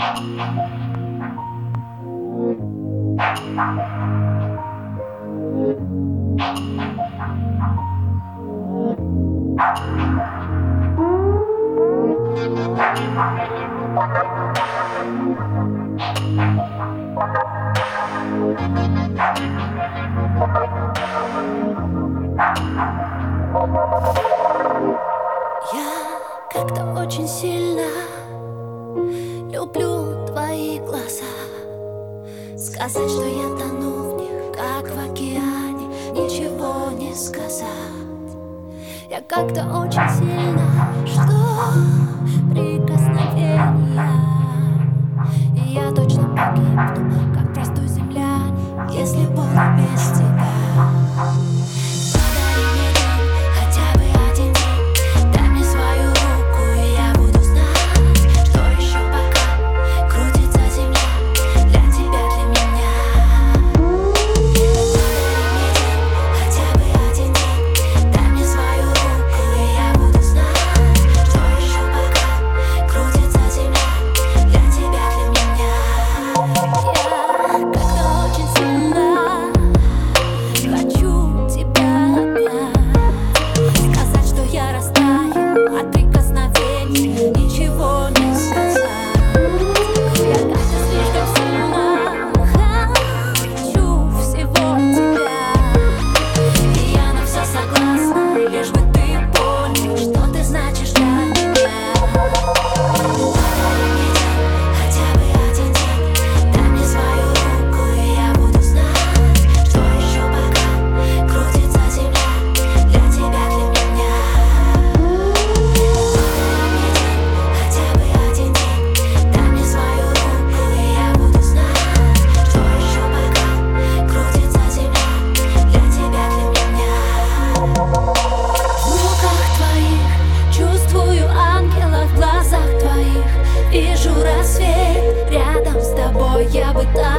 Я как-то очень сильно люблю твои глаза. Сказать, что я тону в них, как в океане, ничего не сказать. Я как-то очень сильно жду прикосновения, и я точно погибну, как простой землянин, если буду без тебя. Вижу рассвет рядом с тобой, я бы так